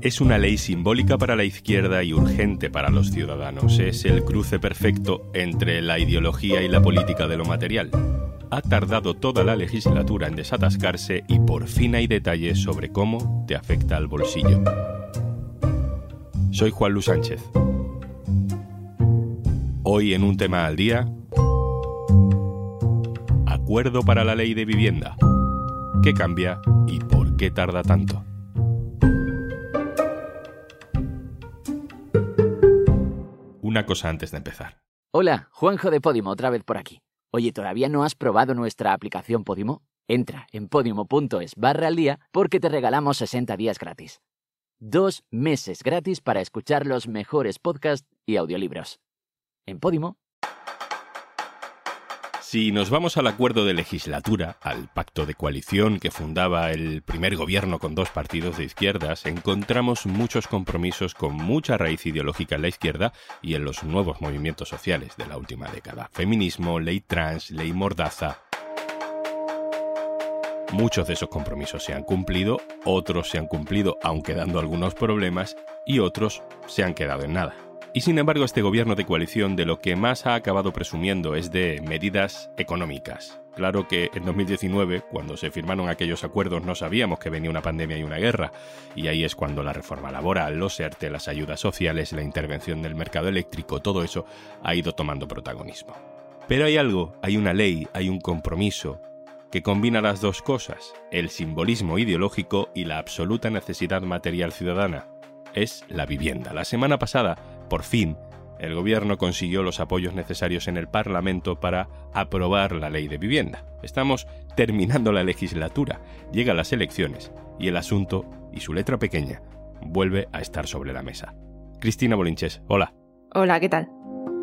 Es una ley simbólica para la izquierda y urgente para los ciudadanos. Es el cruce perfecto entre la ideología y la política de lo material. Ha tardado toda la legislatura en desatascarse y por fin hay detalles sobre cómo te afecta al bolsillo. Soy Juan Luis Sánchez. Hoy en un tema al día, acuerdo para la ley de vivienda. ¿Qué cambia y por qué tarda tanto? Una cosa antes de empezar. Hola, Juanjo de Podimo, otra vez por aquí. Oye, ¿todavía no has probado nuestra aplicación Podimo? Entra en podimo.es/aldía porque te regalamos 60 días gratis. 2 meses gratis para escuchar los mejores podcasts y audiolibros. En Podimo. Si nos vamos al acuerdo de legislatura, al pacto de coalición que fundaba el primer gobierno con 2 partidos de izquierdas, encontramos muchos compromisos con mucha raíz ideológica en la izquierda y en los nuevos movimientos sociales de la última década. Feminismo, ley trans, ley mordaza. Muchos de esos compromisos se han cumplido, otros se han cumplido aunque dando algunos problemas y otros se han quedado en nada. Y sin embargo, este gobierno de coalición de lo que más ha acabado presumiendo es de medidas económicas. Claro que en 2019, cuando se firmaron aquellos acuerdos, no sabíamos que venía una pandemia y una guerra. Y ahí es cuando la reforma laboral, los ERTE, las ayudas sociales, la intervención del mercado eléctrico, todo eso ha ido tomando protagonismo. Pero hay algo, hay una ley, hay un compromiso que combina las dos cosas, el simbolismo ideológico y la absoluta necesidad material ciudadana. Es la vivienda. La semana pasada, por fin, el gobierno consiguió los apoyos necesarios en el Parlamento para aprobar la ley de vivienda. Estamos terminando la legislatura, llegan las elecciones y el asunto, y su letra pequeña, vuelve a estar sobre la mesa. Cristina Bolinches, hola. Hola, ¿qué tal?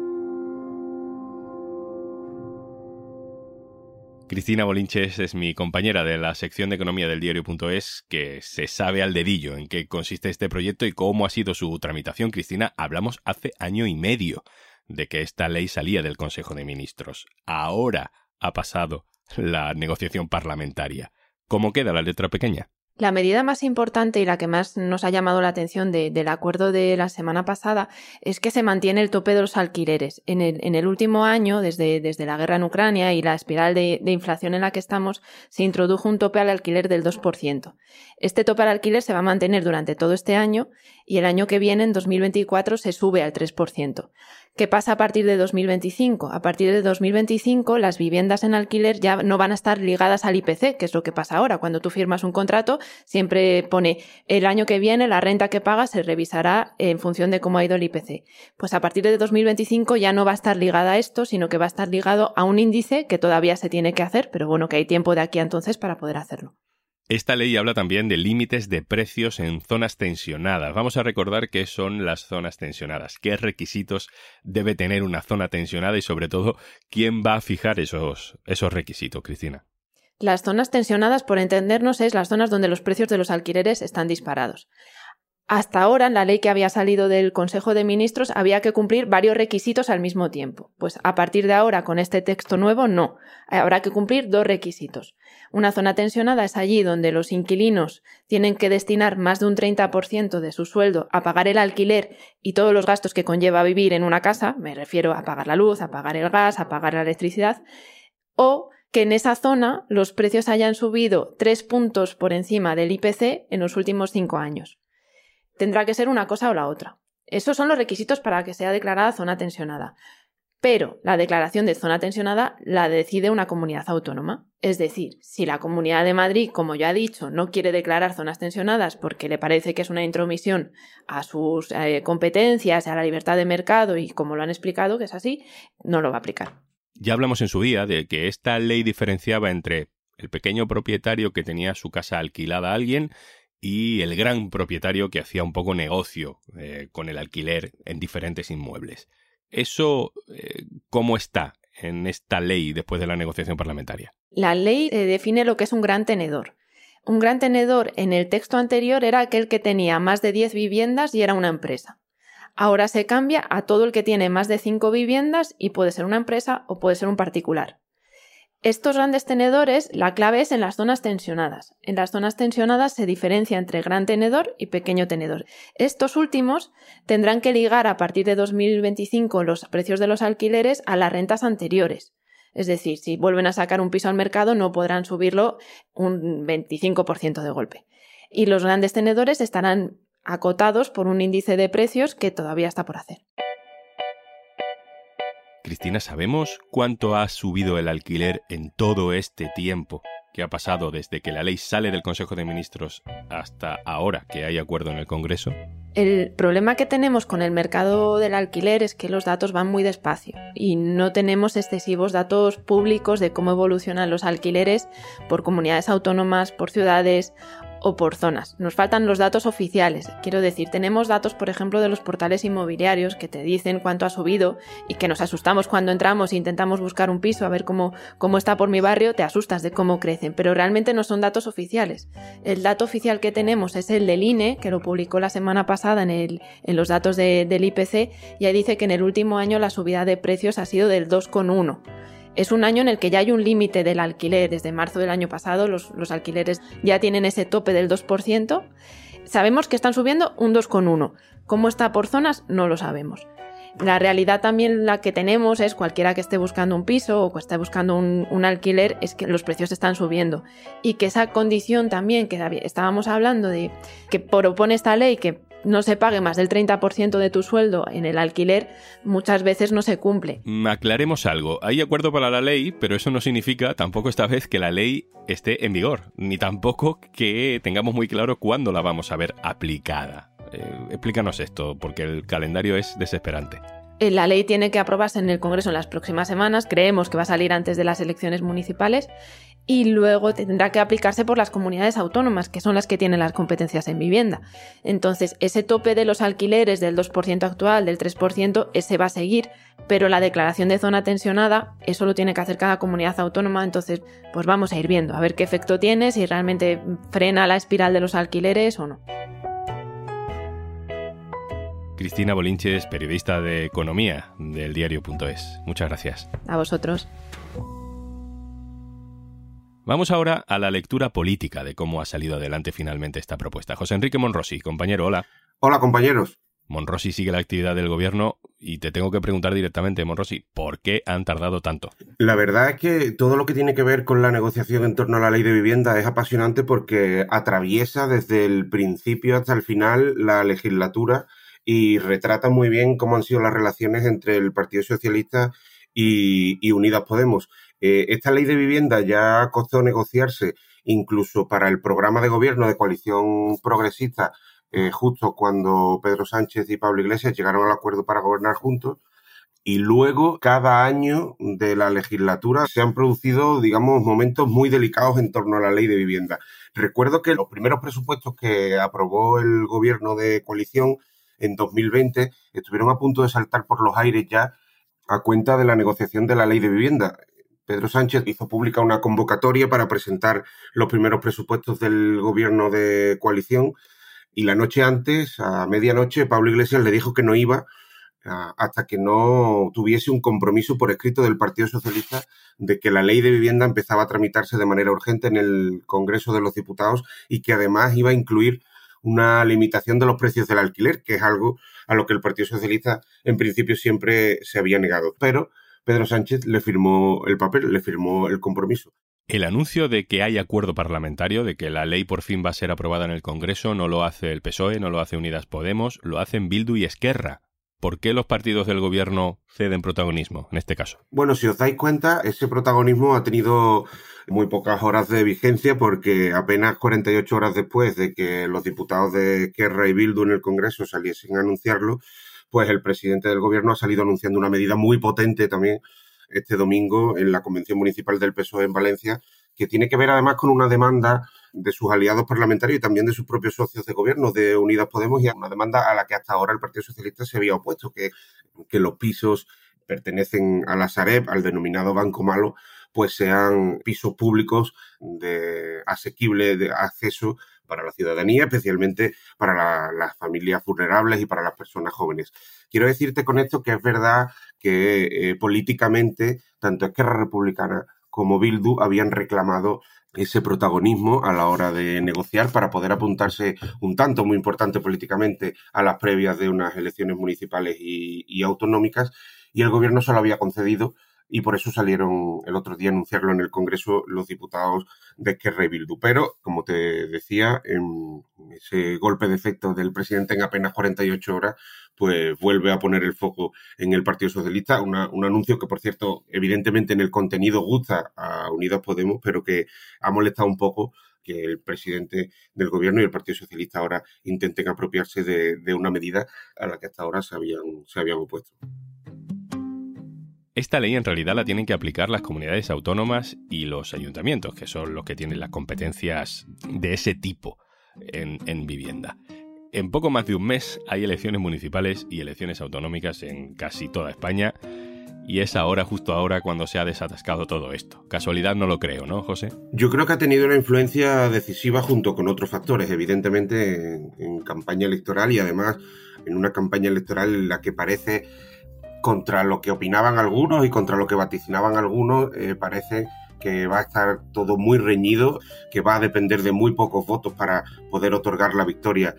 Cristina Bolinches es mi compañera de la sección de economía del diario.es, que se sabe al dedillo en qué consiste este proyecto y cómo ha sido su tramitación. Cristina, hablamos hace año y medio de que esta ley salía del Consejo de Ministros. Ahora ha pasado la negociación parlamentaria. ¿Cómo queda la letra pequeña? La medida más importante y la que más nos ha llamado la atención del acuerdo de la semana pasada es que se mantiene el tope de los alquileres. En el último año, desde la guerra en Ucrania y la espiral de inflación en la que estamos, se introdujo un tope al alquiler del 2%. Este tope al alquiler se va a mantener durante todo este año y el año que viene, en 2024, se sube al 3%. ¿Qué pasa a partir de 2025? A partir de 2025, las viviendas en alquiler ya no van a estar ligadas al IPC, que es lo que pasa ahora. Cuando tú firmas un contrato, siempre pone el año que viene la renta que pagas se revisará en función de cómo ha ido el IPC. Pues a partir de 2025 ya no va a estar ligada a esto, sino que va a estar ligado a un índice que todavía se tiene que hacer, pero bueno, que hay tiempo de aquí a entonces para poder hacerlo. Esta ley habla también de límites de precios en zonas tensionadas. Vamos a recordar qué son las zonas tensionadas, qué requisitos debe tener una zona tensionada y, sobre todo, quién va a fijar esos requisitos, Cristina. Las zonas tensionadas, por entendernos, es las zonas donde los precios de los alquileres están disparados. Hasta ahora, en la ley que había salido del Consejo de Ministros, había que cumplir varios requisitos al mismo tiempo. Pues a partir de ahora, con este texto nuevo, no. Habrá que cumplir 2 requisitos. Una zona tensionada es allí donde los inquilinos tienen que destinar más de un 30% de su sueldo a pagar el alquiler y todos los gastos que conlleva vivir en una casa, me refiero a pagar la luz, a pagar el gas, a pagar la electricidad, o que en esa zona los precios hayan subido 3 puntos por encima del IPC en los últimos 5 años. Tendrá que ser una cosa o la otra. Esos son los requisitos para que sea declarada zona tensionada. Pero la declaración de zona tensionada la decide una comunidad autónoma. Es decir, si la Comunidad de Madrid, como ya he dicho, no quiere declarar zonas tensionadas porque le parece que es una intromisión a sus competencias, a la libertad de mercado y como lo han explicado, que es así, no lo va a aplicar. Ya hablamos en su día de que esta ley diferenciaba entre el pequeño propietario que tenía su casa alquilada a alguien y el gran propietario que hacía un poco negocio con el alquiler en diferentes inmuebles. ¿Eso cómo está en esta ley después de la negociación parlamentaria? La ley define lo que es un gran tenedor. Un gran tenedor en el texto anterior era aquel que tenía más de 10 viviendas y era una empresa. Ahora se cambia a todo el que tiene más de 5 viviendas y puede ser una empresa o puede ser un particular. Estos grandes tenedores, la clave es en las zonas tensionadas. En las zonas tensionadas se diferencia entre gran tenedor y pequeño tenedor. Estos últimos tendrán que ligar a partir de 2025 los precios de los alquileres a las rentas anteriores. Es decir, si vuelven a sacar un piso al mercado no podrán subirlo un 25% de golpe. Y los grandes tenedores estarán acotados por un índice de precios que todavía está por hacer. Cristina, ¿sabemos cuánto ha subido el alquiler en todo este tiempo que ha pasado desde que la ley sale del Consejo de Ministros hasta ahora que hay acuerdo en el Congreso? El problema que tenemos con el mercado del alquiler es que los datos van muy despacio y no tenemos excesivos datos públicos de cómo evolucionan los alquileres por comunidades autónomas, por ciudades o por zonas. Nos faltan los datos oficiales. Quiero decir, tenemos datos, por ejemplo, de los portales inmobiliarios que te dicen cuánto ha subido y que nos asustamos cuando entramos e intentamos buscar un piso a ver cómo está por mi barrio, te asustas de cómo crecen, pero realmente no son datos oficiales. El dato oficial que tenemos es el del INE, que lo publicó la semana pasada en los datos del IPC, y ahí dice que en el último año la subida de precios ha sido del 2,1%. Es un año en el que ya hay un límite del alquiler. Desde marzo del año pasado los alquileres ya tienen ese tope del 2%. Sabemos que están subiendo un 2,1%. ¿Cómo está por zonas? No lo sabemos. La realidad también la que tenemos es cualquiera que esté buscando un piso o que esté buscando un alquiler es que los precios están subiendo y que esa condición también que estábamos hablando de que propone esta ley que no se pague más del 30% de tu sueldo en el alquiler, muchas veces no se cumple. Aclaremos algo. Hay acuerdo para la ley, pero eso no significa tampoco esta vez que la ley esté en vigor, ni tampoco que tengamos muy claro cuándo la vamos a ver aplicada. Explícanos esto, porque el calendario es desesperante. La ley tiene que aprobarse en el Congreso en las próximas semanas. Creemos que va a salir antes de las elecciones municipales y luego tendrá que aplicarse por las comunidades autónomas, que son las que tienen las competencias en vivienda. Entonces, ese tope de los alquileres del 2% actual, del 3%, ese va a seguir, pero la declaración de zona tensionada, eso lo tiene que hacer cada comunidad autónoma. Entonces, pues vamos a ir viendo, a ver qué efecto tiene, si realmente frena la espiral de los alquileres o no. Cristina Bolinches, periodista de Economía del diario.es. Muchas gracias. A vosotros. Vamos ahora a la lectura política de cómo ha salido adelante finalmente esta propuesta. José Enrique Monrosi, compañero, hola. Hola, compañeros. Monrosi sigue la actividad del gobierno y te tengo que preguntar directamente, Monrosi, ¿por qué han tardado tanto? La verdad es que todo lo que tiene que ver con la negociación en torno a la ley de vivienda es apasionante porque atraviesa desde el principio hasta el final la legislatura y retrata muy bien cómo han sido las relaciones entre el Partido Socialista y Unidas Podemos. Esta ley de vivienda ya costó negociarse incluso para el programa de gobierno de coalición progresista, justo cuando Pedro Sánchez y Pablo Iglesias llegaron al acuerdo para gobernar juntos. Y luego, cada año de la legislatura se han producido, digamos, momentos muy delicados en torno a la ley de vivienda. Recuerdo que los primeros presupuestos que aprobó el gobierno de coalición en 2020 estuvieron a punto de saltar por los aires ya a cuenta de la negociación de la ley de vivienda. Pedro Sánchez hizo pública una convocatoria para presentar los primeros presupuestos del gobierno de coalición y la noche antes, a medianoche, Pablo Iglesias le dijo que no iba hasta que no tuviese un compromiso por escrito del Partido Socialista de que la ley de vivienda empezaba a tramitarse de manera urgente en el Congreso de los Diputados y que además iba a incluir una limitación de los precios del alquiler, que es algo a lo que el Partido Socialista en principio siempre se había negado. Pero Pedro Sánchez le firmó el papel, le firmó el compromiso. El anuncio de que hay acuerdo parlamentario, de que la ley por fin va a ser aprobada en el Congreso, no lo hace el PSOE, no lo hace Unidas Podemos, lo hacen Bildu y Esquerra. ¿Por qué los partidos del gobierno ceden protagonismo en este caso? Bueno, si os dais cuenta, ese protagonismo ha tenido muy pocas horas de vigencia porque apenas 48 horas después de que los diputados de Esquerra y Bildu en el Congreso saliesen a anunciarlo, pues el presidente del gobierno ha salido anunciando una medida muy potente también este domingo en la Convención Municipal del PSOE en Valencia, que tiene que ver además con una demanda de sus aliados parlamentarios y también de sus propios socios de gobierno de Unidas Podemos, y una demanda a la que hasta ahora el Partido Socialista se había opuesto, que los pisos pertenecen a la Sareb, al denominado Banco Malo, pues sean pisos públicos de asequible de acceso para la ciudadanía, especialmente para las familias vulnerables y para las personas jóvenes. Quiero decirte con esto que es verdad que políticamente tanto Esquerra Republicana como Bildu habían reclamado ese protagonismo a la hora de negociar para poder apuntarse un tanto muy importante políticamente a las previas de unas elecciones municipales y autonómicas, y el gobierno se lo había concedido, y por eso salieron el otro día a anunciarlo en el Congreso los diputados de Esquerra y Bildu. Pero, como te decía, en ese golpe de efecto del presidente en apenas 48 horas, pues vuelve a poner el foco en el Partido Socialista, un anuncio que, por cierto, evidentemente en el contenido gusta a Unidas Podemos, pero que ha molestado un poco que el presidente del gobierno y el Partido Socialista ahora intenten apropiarse de una medida a la que hasta ahora se habían opuesto. Esta ley en realidad la tienen que aplicar las comunidades autónomas y los ayuntamientos, que son los que tienen las competencias de ese tipo en vivienda. En poco más de un mes hay elecciones municipales y elecciones autonómicas en casi toda España, y es ahora, justo ahora, cuando se ha desatascado todo esto. Casualidad no lo creo, ¿no, José? Yo creo que ha tenido una influencia decisiva junto con otros factores, evidentemente en campaña electoral, y además en una campaña electoral en la que parece, contra lo que opinaban algunos y contra lo que vaticinaban algunos, parece que va a estar todo muy reñido, que va a depender de muy pocos votos para poder otorgar la victoria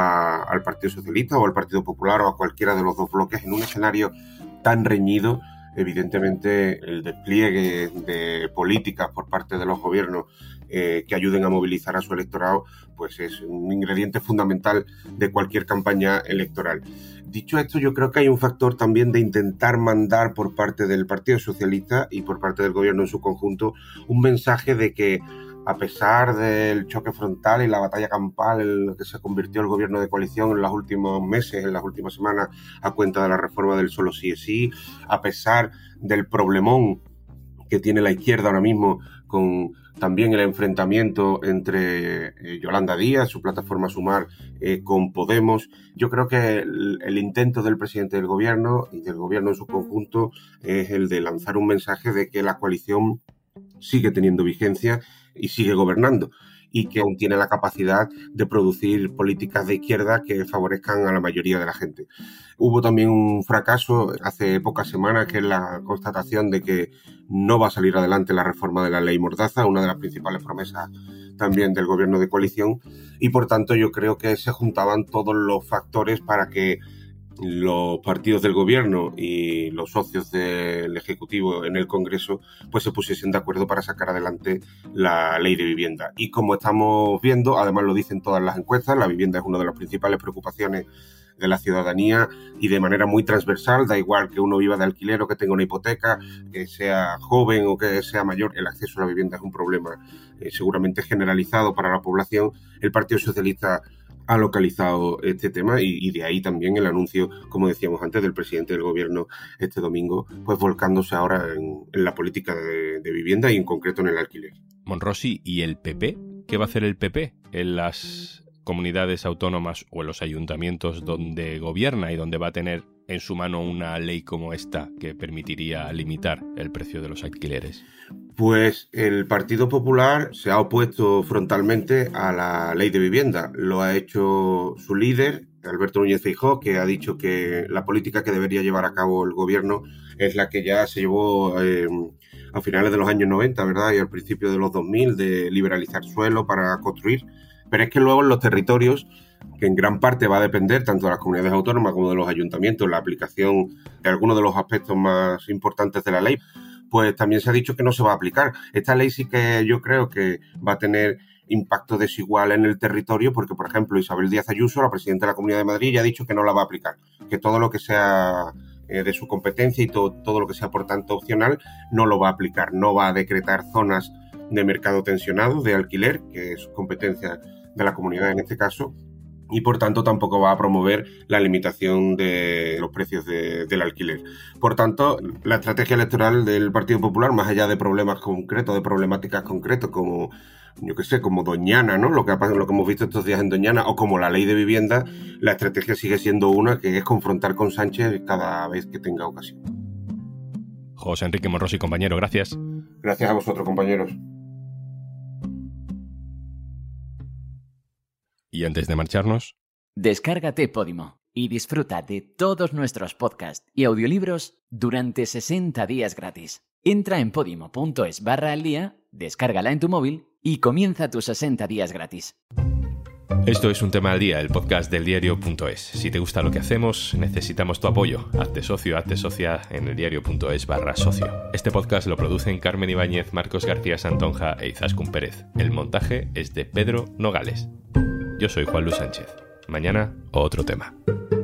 al Partido Socialista o al Partido Popular o a cualquiera de los dos bloques. En un escenario tan reñido, evidentemente el despliegue de políticas por parte de los gobiernos que ayuden a movilizar a su electorado, pues es un ingrediente fundamental de cualquier campaña electoral. Dicho esto, yo creo que hay un factor también de intentar mandar por parte del Partido Socialista y por parte del gobierno en su conjunto un mensaje de que, a pesar del choque frontal y la batalla campal en lo que se convirtió el gobierno de coalición en los últimos meses, en las últimas semanas, a cuenta de la reforma del solo sí es sí, a pesar del problemón que tiene la izquierda ahora mismo con también el enfrentamiento entre Yolanda Díaz, su plataforma Sumar, con Podemos. Yo creo que el intento del presidente del gobierno y del gobierno en su conjunto es el de lanzar un mensaje de que la coalición sigue teniendo vigencia y sigue gobernando, y que aún tiene la capacidad de producir políticas de izquierda que favorezcan a la mayoría de la gente. Hubo también un fracaso hace pocas semanas, que es la constatación de que no va a salir adelante la reforma de la ley Mordaza, una de las principales promesas también del gobierno de coalición, y por tanto yo creo que se juntaban todos los factores para que los partidos del gobierno y los socios del Ejecutivo en el Congreso pues se pusiesen de acuerdo para sacar adelante la ley de vivienda. Y como estamos viendo, además lo dicen todas las encuestas, la vivienda es una de las principales preocupaciones de la ciudadanía, y de manera muy transversal, da igual que uno viva de alquiler o que tenga una hipoteca, que sea joven o que sea mayor, el acceso a la vivienda es un problema seguramente generalizado para la población. El Partido Socialista ha localizado este tema y de ahí también el anuncio, como decíamos antes, del presidente del gobierno este domingo, pues volcándose ahora en la política de vivienda y en concreto en el alquiler. Monrosi, ¿y el PP? ¿Qué va a hacer el PP en las comunidades autónomas o en los ayuntamientos donde gobierna y donde va a tener en su mano una ley como esta que permitiría limitar el precio de los alquileres? Pues el Partido Popular se ha opuesto frontalmente a la ley de vivienda. Lo ha hecho su líder, Alberto Núñez Feijóo, que ha dicho que la política que debería llevar a cabo el gobierno es la que ya se llevó a finales de los años 90, ¿verdad? Y al principio de los 2000, de liberalizar suelo para construir. Pero es que luego en los territorios, que en gran parte va a depender tanto de las comunidades autónomas como de los ayuntamientos, la aplicación de algunos de los aspectos más importantes de la ley, pues también se ha dicho que no se va a aplicar. Esta ley sí que yo creo que va a tener impacto desigual en el territorio, porque, por ejemplo, Isabel Díaz Ayuso, la presidenta de la Comunidad de Madrid, ya ha dicho que no la va a aplicar, que todo lo que sea de su competencia y todo lo que sea, por tanto, opcional, no lo va a aplicar. No va a decretar zonas de mercado tensionado, de alquiler, que es competencia de la comunidad en este caso, y por tanto tampoco va a promover la limitación de los precios del alquiler. Por tanto, la estrategia electoral del Partido Popular, más allá de problemas concretos, de problemáticas concretas como, yo qué sé, como Doñana, ¿no? Lo que hemos visto estos días en Doñana, o como la ley de vivienda, la estrategia sigue siendo una, que es confrontar con Sánchez cada vez que tenga ocasión. José Enrique Monrosi, compañero, gracias. Gracias a vosotros, compañeros. Y antes de marcharnos, descárgate Podimo y disfruta de todos nuestros podcasts y audiolibros durante 60 días gratis. Entra en podimo.es/aldía, descárgala en tu móvil y comienza tus 60 días gratis. Esto es Un Tema al Día, el podcast del diario.es. Si te gusta lo que hacemos, necesitamos tu apoyo. Hazte socio, hazte socia en eldiario.es/socio. Este podcast lo producen Carmen Ibáñez, Marcos García Santonja e Izaskun Pérez. El montaje es de Pedro Nogales. Yo soy Juan Luis Sánchez. Mañana, otro tema.